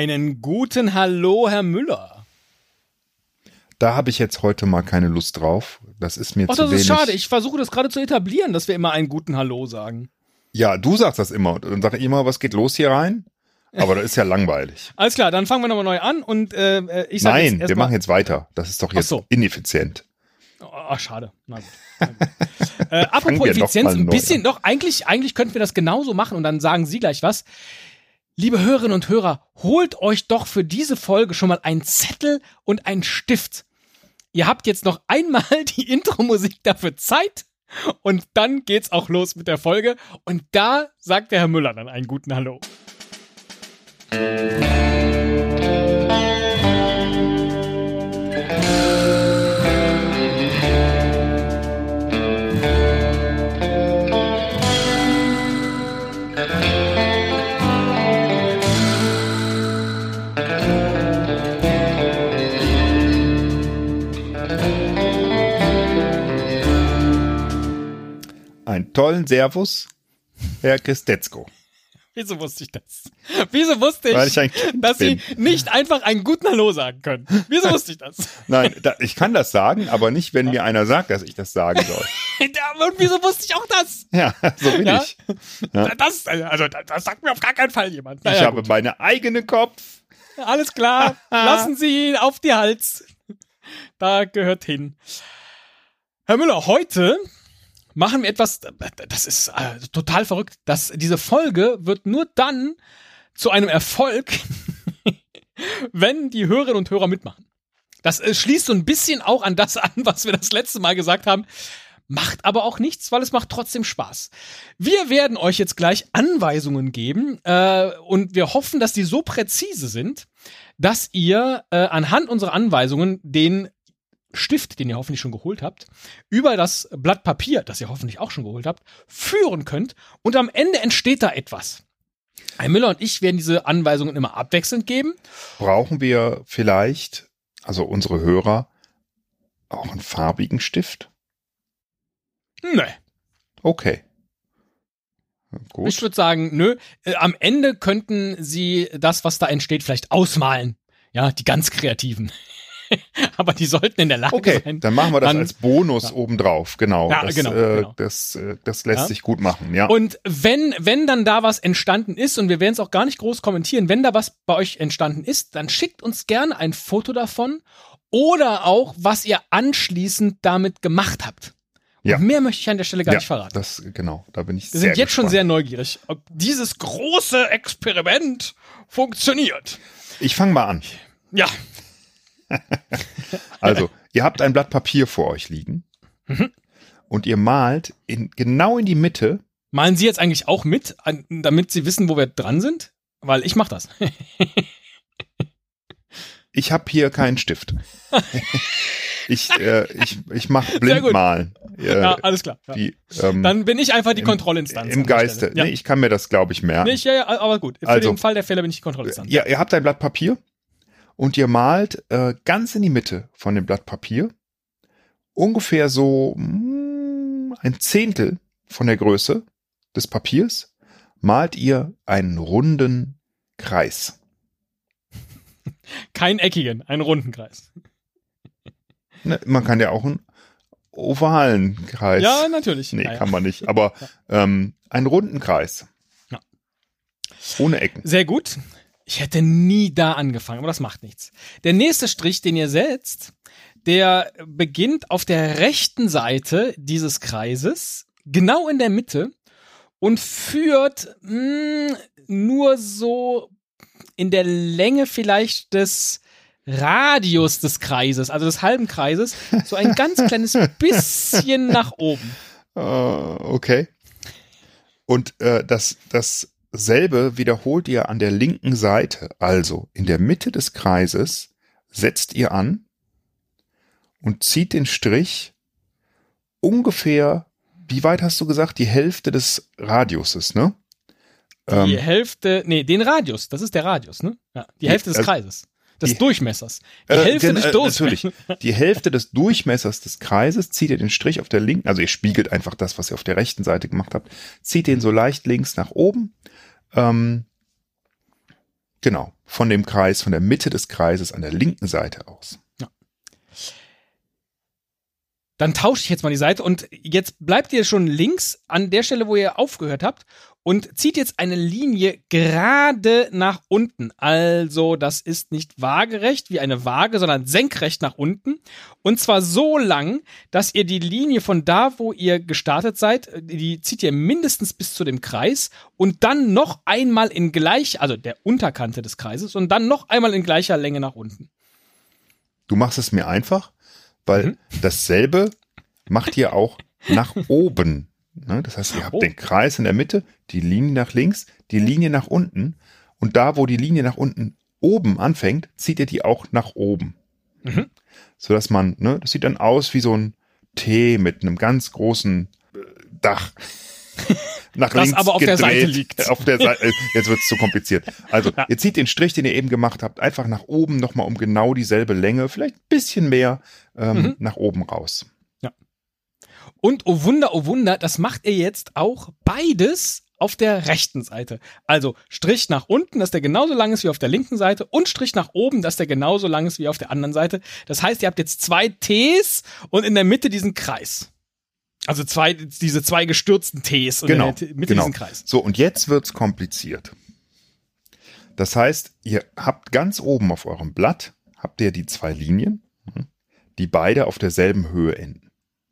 Einen guten Hallo, Herr Müller. Da habe ich jetzt heute mal keine Lust drauf. Das ist mir zu wenig. Das ist schade. Ich versuche das gerade zu etablieren, dass wir immer einen guten Hallo sagen. Ja, du sagst das immer. Und dann sage ich immer, was geht los hier rein? Aber das ist ja langweilig. Alles klar, dann fangen wir nochmal neu an und ich sage Nein, wir machen jetzt weiter. Das ist doch jetzt ineffizient. Ach, schade. Na gut. Apropos Effizienz, ein bisschen doch, eigentlich könnten wir das genauso machen und dann sagen Sie gleich was. Liebe Hörerinnen und Hörer, holt euch doch für diese Folge schon mal einen Zettel und einen Stift. Ihr habt jetzt noch einmal die Intro-Musik dafür Zeit und dann geht's auch los mit der Folge. Und da sagt der Herr Müller dann einen guten Hallo. Einen tollen Servus, Herr Christetzko. Wieso wusste ich das? Wieso wusste ich, dass Sie nicht einfach einen guten Hallo sagen können? Wieso wusste ich das? Nein, ich kann das sagen, aber nicht, wenn mir einer sagt, dass ich das sagen soll. Und wieso wusste ich auch das? Ja, so bin ich. Ja. Das sagt mir auf gar keinen Fall jemand. Ich habe meinen eigenen Kopf. Alles klar, lassen Sie ihn auf die Hals. Da gehört hin. Herr Müller, heute machen wir etwas, das ist total verrückt. Diese Folge wird nur dann zu einem Erfolg, wenn die Hörerinnen und Hörer mitmachen. Das schließt so ein bisschen auch an das an, was wir das letzte Mal gesagt haben. Macht aber auch nichts, weil es macht trotzdem Spaß. Wir werden euch jetzt gleich Anweisungen geben und wir hoffen, dass die so präzise sind, dass ihr anhand unserer Anweisungen den Stift, den ihr hoffentlich schon geholt habt, über das Blatt Papier, das ihr hoffentlich auch schon geholt habt, führen könnt und am Ende entsteht da etwas. Herr Müller und ich werden diese Anweisungen immer abwechselnd geben. Brauchen wir vielleicht, also unsere Hörer, auch einen farbigen Stift? Nee. Okay. Gut. Ich würde sagen, nö. Am Ende könnten Sie das, was da entsteht, vielleicht ausmalen. Ja, die ganz Kreativen. Aber die sollten in der Lage sein. Okay, dann machen wir das als Bonus obendrauf. Genau. Ja, genau. Das lässt sich gut machen, ja. Und wenn dann da was entstanden ist, und wir werden es auch gar nicht groß kommentieren, wenn da was bei euch entstanden ist, dann schickt uns gerne ein Foto davon oder auch, was ihr anschließend damit gemacht habt. Und mehr möchte ich an der Stelle gar nicht verraten. Da bin ich Wir sind jetzt schon sehr neugierig, ob dieses große Experiment funktioniert. Ich fange mal an. Ja. Also, ihr habt ein Blatt Papier vor euch liegen und ihr malt genau in die Mitte. Malen Sie jetzt eigentlich auch mit, damit Sie wissen, wo wir dran sind? Weil ich mache das. Ich habe hier keinen Stift. Ich mache Blindmalen. Ja, alles klar. Ja. Dann bin ich einfach die Kontrollinstanz. Im Geiste. Ja. Nee, ich kann mir das, glaube ich, merken. Aber gut. Für den Fall der Fälle bin ich die Kontrollinstanz. Ja, ihr habt ein Blatt Papier. Und ihr malt ganz in die Mitte von dem Blatt Papier, ungefähr so ein Zehntel von der Größe des Papiers, malt ihr einen runden Kreis. Keinen eckigen, einen runden Kreis. Ne, man kann ja auch einen ovalen Kreis. Ja, natürlich. Nee, kann man nicht. Aber einen runden Kreis. Ja. Ohne Ecken. Sehr gut. Ich hätte nie da angefangen, aber das macht nichts. Der nächste Strich, den ihr setzt, der beginnt auf der rechten Seite dieses Kreises, genau in der Mitte und führt nur so in der Länge vielleicht des Radius des Kreises, also des halben Kreises, so ein ganz kleines bisschen nach oben. Okay. Und dasselbe wiederholt ihr an der linken Seite. Also in der Mitte des Kreises setzt ihr an und zieht den Strich ungefähr, wie weit hast du gesagt? Die Hälfte des Radiuses, ne? Die Hälfte, den Radius, das ist der Radius, ne? Ja, die Hälfte des Kreises. Des Durchmessers. Die Hälfte des Durchmessers. Natürlich. Die Hälfte des Durchmessers des Kreises zieht ihr den Strich auf der linken, also ihr spiegelt einfach das, was ihr auf der rechten Seite gemacht habt, zieht den so leicht links nach oben, Genau, von dem Kreis, von der Mitte des Kreises an der linken Seite aus. Ja. Dann tausche ich jetzt mal die Seite und jetzt bleibt ihr schon links an der Stelle, wo ihr aufgehört habt und zieht jetzt eine Linie gerade nach unten. Also das ist nicht waagerecht wie eine Waage, sondern senkrecht nach unten. Und zwar so lang, dass ihr die Linie von da, wo ihr gestartet seid, die zieht ihr mindestens bis zu dem Kreis und dann noch einmal in also der Unterkante des Kreises und dann noch einmal in gleicher Länge nach unten. Du machst es mir einfach, weil dasselbe macht ihr auch nach oben. Ne? Das heißt, ihr habt den Kreis in der Mitte, die Linie nach links, die Linie nach unten und da, wo die Linie nach unten oben anfängt, zieht ihr die auch nach oben. Sodass man, ne, das sieht dann aus wie so ein T mit einem ganz großen Dach. Nach das links aber auf gedreht. Der Seite liegt. Auf der Seite, jetzt wird es zu kompliziert. Also, ihr zieht den Strich, den ihr eben gemacht habt, einfach nach oben nochmal um genau dieselbe Länge, vielleicht ein bisschen mehr nach oben raus. Ja. Und oh Wunder, das macht ihr jetzt auch beides auf der rechten Seite. Also Strich nach unten, dass der genauso lang ist wie auf der linken Seite und Strich nach oben, dass der genauso lang ist wie auf der anderen Seite. Das heißt, ihr habt jetzt 2 Ts und in der Mitte diesen Kreis. Also diese 2 gestürzten Ts und in der Mitte diesen Kreis. So, und jetzt wird's kompliziert. Das heißt, ihr habt ganz oben auf eurem Blatt, habt ihr die 2 Linien, die beide auf derselben Höhe enden.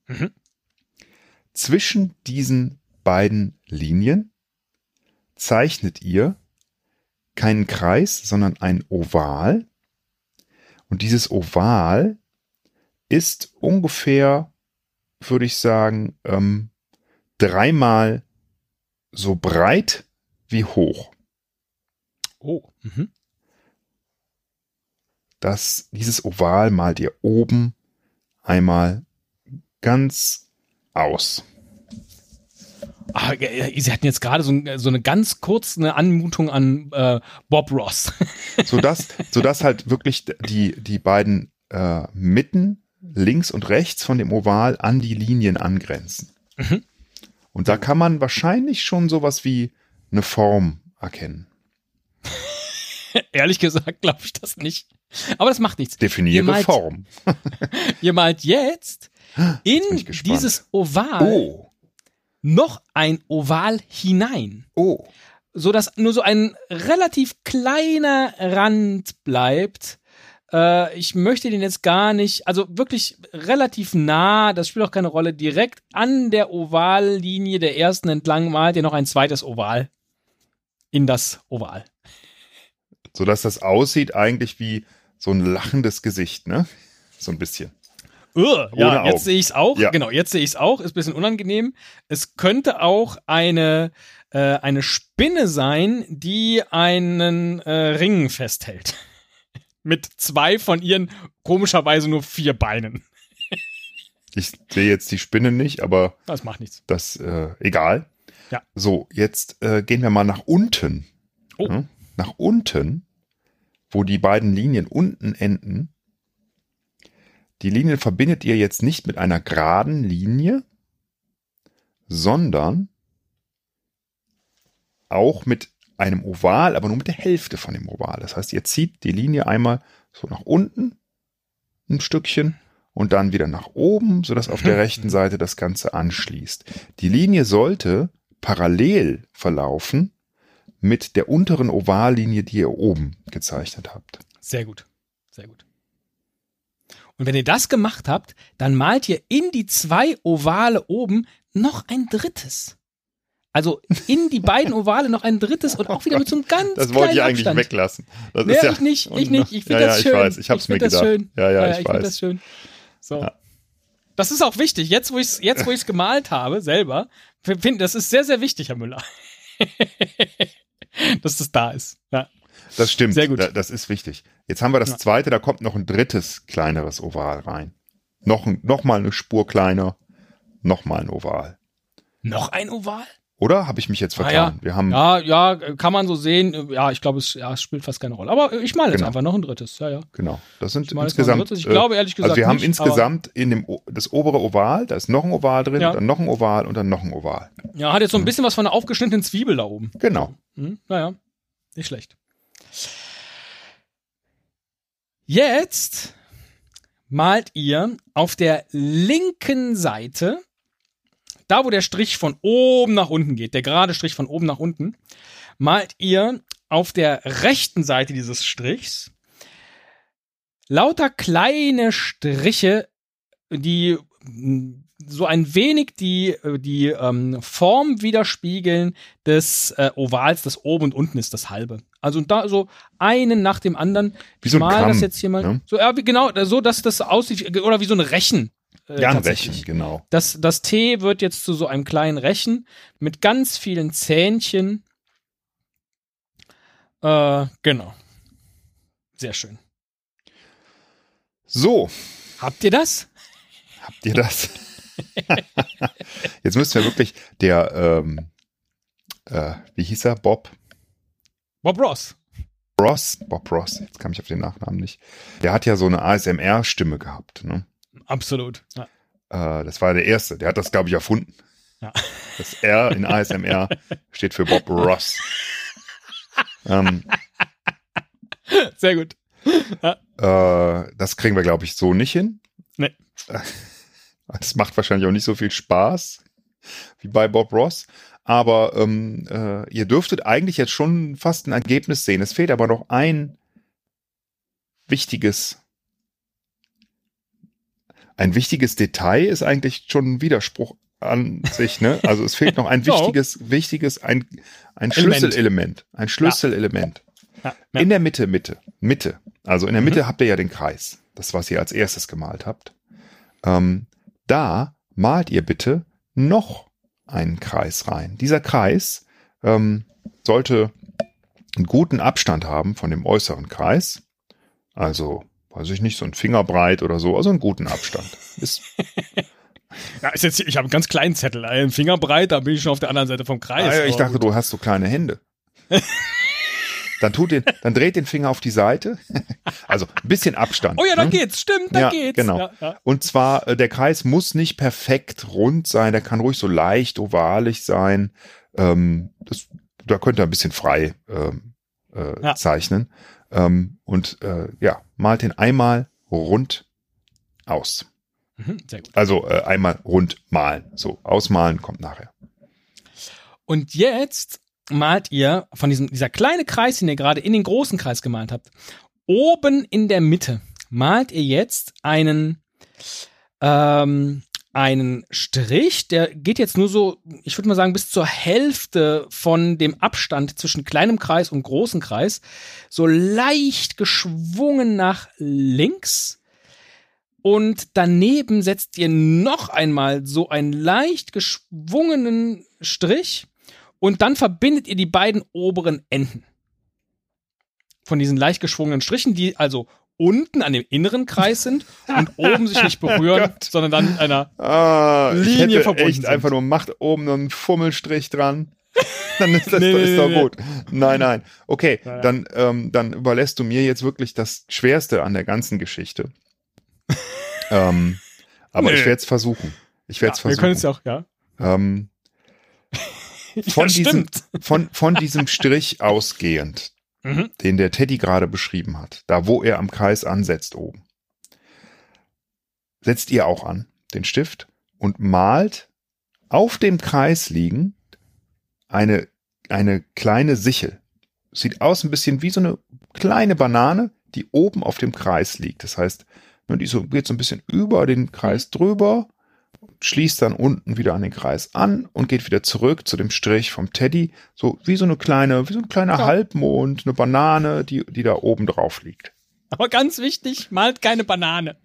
Zwischen diesen beiden Linien zeichnet ihr keinen Kreis, sondern ein Oval. Und dieses Oval ist ungefähr, würde ich sagen, 3-mal so breit wie hoch. Oh. Dieses Oval malt ihr oben einmal ganz aus. Sie hatten jetzt gerade so eine ganz kurze Anmutung an Bob Ross. sodass halt wirklich die beiden Mitten links und rechts von dem Oval an die Linien angrenzen. Und da kann man wahrscheinlich schon sowas wie eine Form erkennen. Ehrlich gesagt glaube ich das nicht. Aber das macht nichts. Definiere Form. Ihr malt jetzt in dieses Oval noch ein Oval hinein. Sodass nur so ein relativ kleiner Rand bleibt. Ich möchte den jetzt gar nicht, also wirklich relativ nah, das spielt auch keine Rolle, direkt an der Ovallinie der ersten entlang malt ihr noch ein zweites Oval in das Oval. Sodass das aussieht eigentlich wie so ein lachendes Gesicht, ne? So ein bisschen. Ja, jetzt sehe ich es auch. Ja. Genau, jetzt sehe ich es auch. Ist ein bisschen unangenehm. Es könnte auch eine Spinne sein, die einen Ring festhält. Mit 2 von ihren komischerweise nur 4 Beinen. Ich sehe jetzt die Spinne nicht, aber das macht nichts. Das egal. Ja. So, jetzt gehen wir mal nach unten. Ja, nach unten, wo die beiden Linien unten enden. Die Linien verbindet ihr jetzt nicht mit einer geraden Linie, sondern auch mit einem Oval, aber nur mit der Hälfte von dem Oval. Das heißt, ihr zieht die Linie einmal so nach unten ein Stückchen und dann wieder nach oben, sodass auf der rechten Seite das Ganze anschließt. Die Linie sollte parallel verlaufen mit der unteren Ovallinie, die ihr oben gezeichnet habt. Sehr gut, sehr gut. Und wenn ihr das gemacht habt, dann malt ihr in die 2 Ovale oben noch ein drittes. Also in die beiden Ovale noch ein drittes und auch wieder mit so einem ganz kleinen Abstand. Das wollte ich eigentlich weglassen. Das ist ich nicht. Ich finde das schön. Ich weiß, ich hab's mir gedacht. Schön. Ich finde weiß. das schön. So. Ja. Das ist auch wichtig. Jetzt, wo ich es gemalt habe, selber, das ist sehr, sehr wichtig, Herr Müller. Dass das da ist. Ja. Das stimmt. Sehr gut. Das ist wichtig. Jetzt haben wir das zweite, da kommt noch ein drittes kleineres Oval rein. Noch mal eine Spur kleiner, noch mal ein Oval. Noch ein Oval? Oder habe ich mich jetzt vertan? Wir haben ja, kann man so sehen. Ja, ich glaube, es spielt fast keine Rolle. Aber ich male jetzt einfach noch ein drittes. Ja. Genau. Das sind insgesamt. Ich glaube ehrlich gesagt. Also wir haben nicht, insgesamt das obere Oval, da ist noch ein Oval drin, dann noch ein Oval und dann noch ein Oval. Ja, hat jetzt so ein bisschen was von einer aufgeschnittenen Zwiebel da oben. Genau. Naja, nicht schlecht. Jetzt malt ihr auf der linken Seite, da wo der Strich von oben nach unten geht, der gerade Strich von oben nach unten, malt ihr auf der rechten Seite dieses Strichs lauter kleine Striche, die so ein wenig die Form widerspiegeln des Ovals, das oben und unten ist, das halbe. Also da so einen nach dem anderen. Wie so ein mal Gramm, das jetzt hier mal. Ne? So, ja, genau, so dass das aussieht, oder wie so ein Rechen. Ja, ein Rechen, genau. Das T wird jetzt zu so einem kleinen Rechen mit ganz vielen Zähnchen. Genau. Sehr schön. So. Habt ihr das? Habt ihr das? Jetzt müssten wir wirklich wie hieß er? Bob Ross. Bob Ross. Jetzt kam ich auf den Nachnamen nicht. Der hat ja so eine ASMR-Stimme gehabt, ne? Absolut. Ja. Das war der Erste. Der hat das, glaube ich, erfunden. Ja. Das R in ASMR steht für Bob Ross. Sehr gut. Ja. Das kriegen wir, glaube ich, so nicht hin. Nee. Das macht wahrscheinlich auch nicht so viel Spaß wie bei Bob Ross. Aber ihr dürftet eigentlich jetzt schon fast ein Ergebnis sehen. Es fehlt aber noch ein wichtiges Detail, ist eigentlich schon ein Widerspruch an sich, ne? Also es fehlt noch ein wichtiges, ein Schlüsselelement. Ein Schlüsselelement. Ja. In der Mitte. Also in der Mitte habt ihr ja den Kreis. Das, was ihr als erstes gemalt habt. Da malt ihr bitte noch einen Kreis rein. Dieser Kreis sollte einen guten Abstand haben von dem äußeren Kreis. Also, weiß ich nicht, so ein Fingerbreit oder so, also einen guten Abstand. Ja, ist jetzt, ich habe einen ganz kleinen Zettel, einen Fingerbreit, da bin ich schon auf der anderen Seite vom Kreis. Ich dachte, du hast so kleine Hände. Dann dreht den Finger auf die Seite. Also ein bisschen Abstand. Oh ja, da geht's, stimmt, da geht's. Genau. Ja. Und zwar, der Kreis muss nicht perfekt rund sein, der kann ruhig so leicht ovalig sein. Da könnt ihr ein bisschen frei zeichnen. Malt den einmal rund aus. Sehr gut. Also einmal rund malen. So, ausmalen kommt nachher. Und jetzt malt ihr von dieser kleine Kreis, den ihr gerade in den großen Kreis gemalt habt, oben in der Mitte malt ihr jetzt einen Strich, der geht jetzt nur so, ich würde mal sagen, bis zur Hälfte von dem Abstand zwischen kleinem Kreis und großem Kreis, so leicht geschwungen nach links. Und daneben setzt ihr noch einmal so einen leicht geschwungenen Strich und dann verbindet ihr die beiden oberen Enden von diesen leicht geschwungenen Strichen, die also unten an dem inneren Kreis sind und oben sich nicht berühren, sondern dann in einer Linie verbunden echt sind. Einfach nur, macht oben einen Fummelstrich dran. Dann ist das ist doch gut. Nein. Okay, dann überlässt du mir jetzt wirklich das Schwerste an der ganzen Geschichte. Aber ich werde es versuchen. Wir können es ja auch, ja. Von diesem Strich ausgehend, den der Teddy gerade beschrieben hat, da wo er am Kreis ansetzt oben, setzt ihr auch an, den Stift, und malt auf dem Kreis liegend eine kleine Sichel. Sieht aus ein bisschen wie so eine kleine Banane, die oben auf dem Kreis liegt. Das heißt, die geht so ein bisschen über den Kreis drüber, schließt dann unten wieder an den Kreis an und geht wieder zurück zu dem Strich vom Teddy. So wie so ein kleiner Halbmond, eine Banane, die da oben drauf liegt. Aber ganz wichtig, malt keine Banane.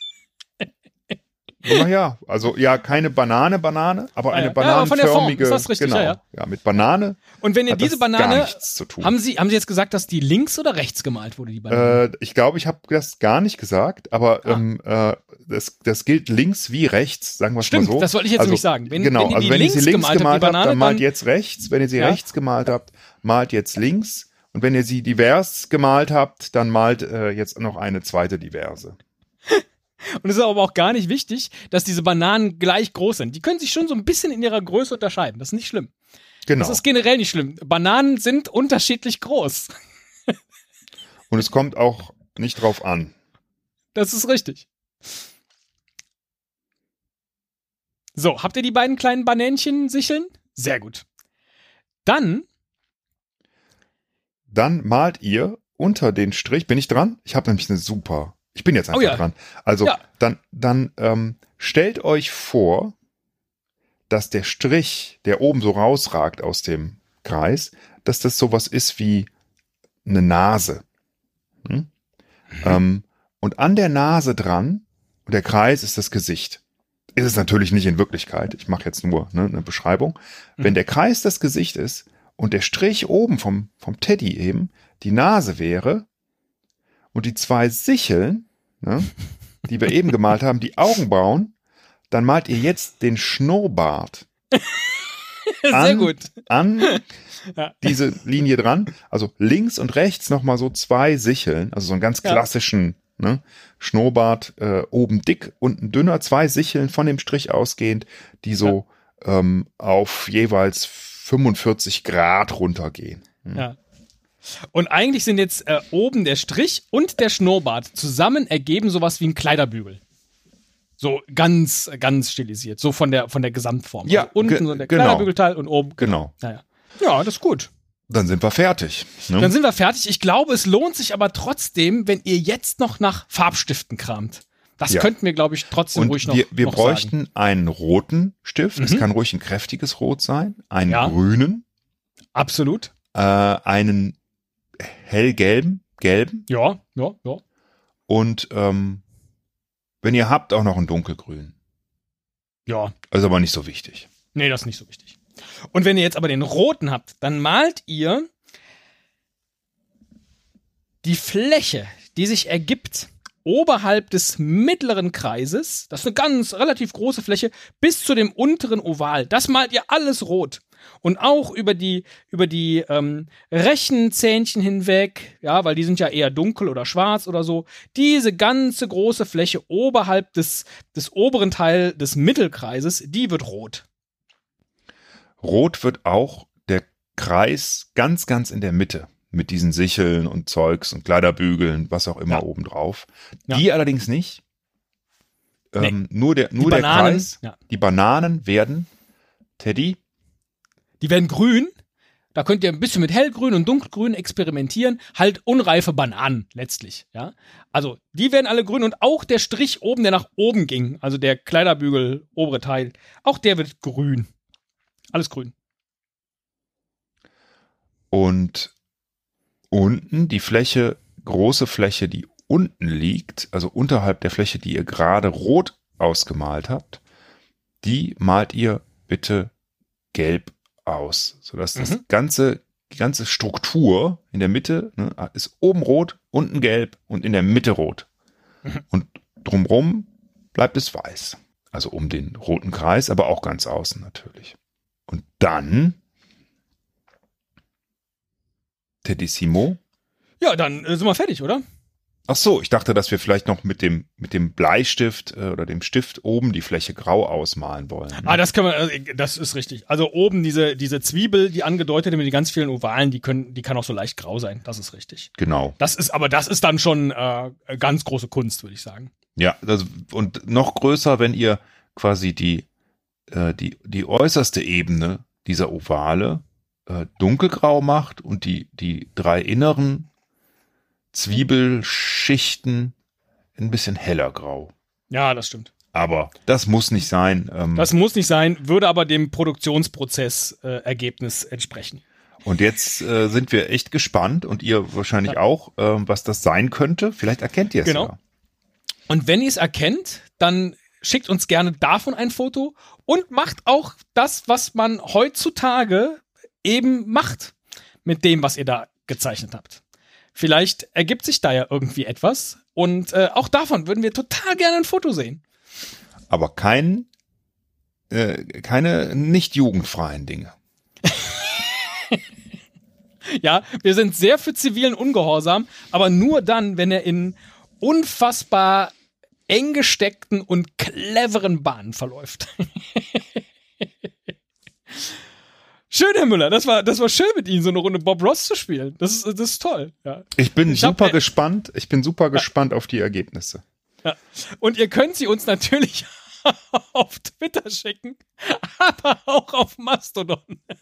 Naja, also ja, keine Banane, aber eine bananenförmige. Ist das richtig? Genau. Ja. Ja, mit Banane. Und wenn ihr diese Banane, gar nichts zu tun. haben Sie jetzt gesagt, dass die links oder rechts gemalt wurde, die Banane? Ich glaube, ich habe das gar nicht gesagt, aber das gilt links wie rechts, sagen wir es mal so. Stimmt, das wollte ich jetzt nämlich sagen. Wenn ihr sie links gemalt habt, dann malt jetzt rechts. Wenn ihr sie rechts gemalt habt, malt jetzt links. Und wenn ihr sie divers gemalt habt, dann malt jetzt noch eine zweite diverse. Und es ist aber auch gar nicht wichtig, dass diese Bananen gleich groß sind. Die können sich schon so ein bisschen in ihrer Größe unterscheiden. Das ist nicht schlimm. Genau. Das ist generell nicht schlimm. Bananen sind unterschiedlich groß. Und es kommt auch nicht drauf an. Das ist richtig. So, habt ihr die beiden kleinen Banänchen-Sicheln? Sehr gut. Dann malt ihr unter den Strich, bin ich dran? Ich habe nämlich ich bin jetzt einfach dran. Also dann stellt euch vor, dass der Strich, der oben so rausragt aus dem Kreis, dass das sowas ist wie eine Nase. Und an der Nase dran, und der Kreis ist das Gesicht. Ist es natürlich nicht in Wirklichkeit. Ich mache jetzt nur eine Beschreibung. Wenn der Kreis das Gesicht ist und der Strich oben vom Teddy eben die Nase wäre und die zwei Sicheln, die wir eben gemalt haben, die Augenbrauen, dann malt ihr jetzt den Schnurrbart sehr gut an diese Linie dran. Also links und rechts nochmal so zwei Sicheln, also so einen ganz klassischen Schnurrbart, oben dick, unten dünner, zwei Sicheln von dem Strich ausgehend, die so auf jeweils 45 Grad runtergehen. Ja. Und eigentlich sind jetzt oben der Strich und der Schnurrbart zusammen ergeben sowas wie ein Kleiderbügel. So ganz, ganz stilisiert, so von der Gesamtform. Ja, also unten so der Kleiderbügelteil und oben. Genau. Ja, das ist gut. Dann sind wir fertig. Ne? Dann sind wir fertig. Ich glaube, es lohnt sich aber trotzdem, wenn ihr jetzt noch nach Farbstiften kramt. Das könnten wir, glaube ich, trotzdem und ruhig noch wir noch bräuchten sagen. einen roten Stift. Es kann ruhig ein kräftiges Rot sein. Einen grünen. Absolut. Einen hellgelben. Ja. Und wenn ihr habt, auch noch einen dunkelgrün. Ja. Also aber nicht so wichtig. Nee, das ist nicht so wichtig. Und wenn ihr jetzt aber den roten habt, dann malt ihr die Fläche, die sich ergibt oberhalb des mittleren Kreises, das ist eine ganz relativ große Fläche, bis zu dem unteren Oval. Das malt ihr alles rot. Und auch über die Rechenzähnchen hinweg, ja, weil die sind ja eher dunkel oder schwarz oder so. Diese ganze große Fläche oberhalb des oberen Teil des Mittelkreises, die wird rot. Rot wird auch der Kreis ganz, ganz in der Mitte mit diesen Sicheln und Zeugs und Kleiderbügeln, was auch immer obendrauf. Ja. Die allerdings nicht. Nur der Bananen, Kreis. Ja. Die Bananen werden, Teddy? Die werden grün. Da könnt ihr ein bisschen mit hellgrün und dunkelgrün experimentieren. Halt unreife Bananen letztlich. Ja? Also die werden alle grün und auch der Strich oben, der nach oben ging, also der Kleiderbügel, obere Teil, auch der wird grün. Alles grün. Und unten die Fläche, große Fläche, die unten liegt, also unterhalb der Fläche, die ihr gerade rot ausgemalt habt, die malt ihr bitte gelb aus, sodass die ganze Struktur in der Mitte ist oben rot, unten gelb und in der Mitte rot. Und drumrum bleibt es weiß. Also um den roten Kreis, aber auch ganz außen natürlich. Und dann Teddissimo. Ja, dann sind wir fertig, oder? Ach so, ich dachte, dass wir vielleicht noch mit dem Bleistift oder dem Stift oben die Fläche grau ausmalen wollen. Ne? Das ist richtig. Also oben diese Zwiebel, die angedeutete mit den ganz vielen Ovalen, die kann auch so leicht grau sein. Das ist richtig. Genau. Das ist dann schon ganz große Kunst, würde ich sagen. Ja, und noch größer, wenn ihr quasi die äußerste Ebene dieser Ovale dunkelgrau macht und die drei inneren Zwiebelschichten ein bisschen heller grau. Ja, das stimmt. Aber das muss nicht sein. Das muss nicht sein, würde aber dem Produktionsprozess Ergebnis entsprechen. Und jetzt sind wir echt gespannt und ihr wahrscheinlich auch, was das sein könnte. Vielleicht erkennt ihr es ja. Und wenn ihr es erkennt, dann schickt uns gerne davon ein Foto und macht auch das, was man heutzutage eben macht mit dem, was ihr da gezeichnet habt. Vielleicht ergibt sich da ja irgendwie etwas und auch davon würden wir total gerne ein Foto sehen. Aber keine nicht jugendfreien Dinge. Ja, wir sind sehr für zivilen Ungehorsam, aber nur dann, wenn er in unfassbar eng gesteckten und cleveren Bahnen verläuft. Schön, Herr Müller, das war schön mit Ihnen, so eine Runde Bob Ross zu spielen. Das ist toll. Ja. Ich bin super gespannt. Ich bin super gespannt auf die Ergebnisse. Ja. Und ihr könnt sie uns natürlich auf Twitter schicken, aber auch auf Mastodon.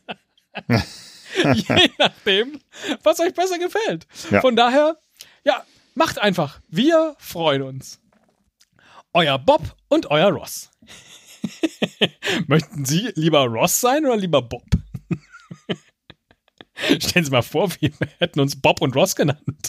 Je nachdem, was euch besser gefällt. Ja. Von daher, ja, macht einfach. Wir freuen uns. Euer Bob und euer Ross. Möchten Sie lieber Ross sein oder lieber Bob? Stellen Sie mal vor, wir hätten uns Bob und Ross genannt.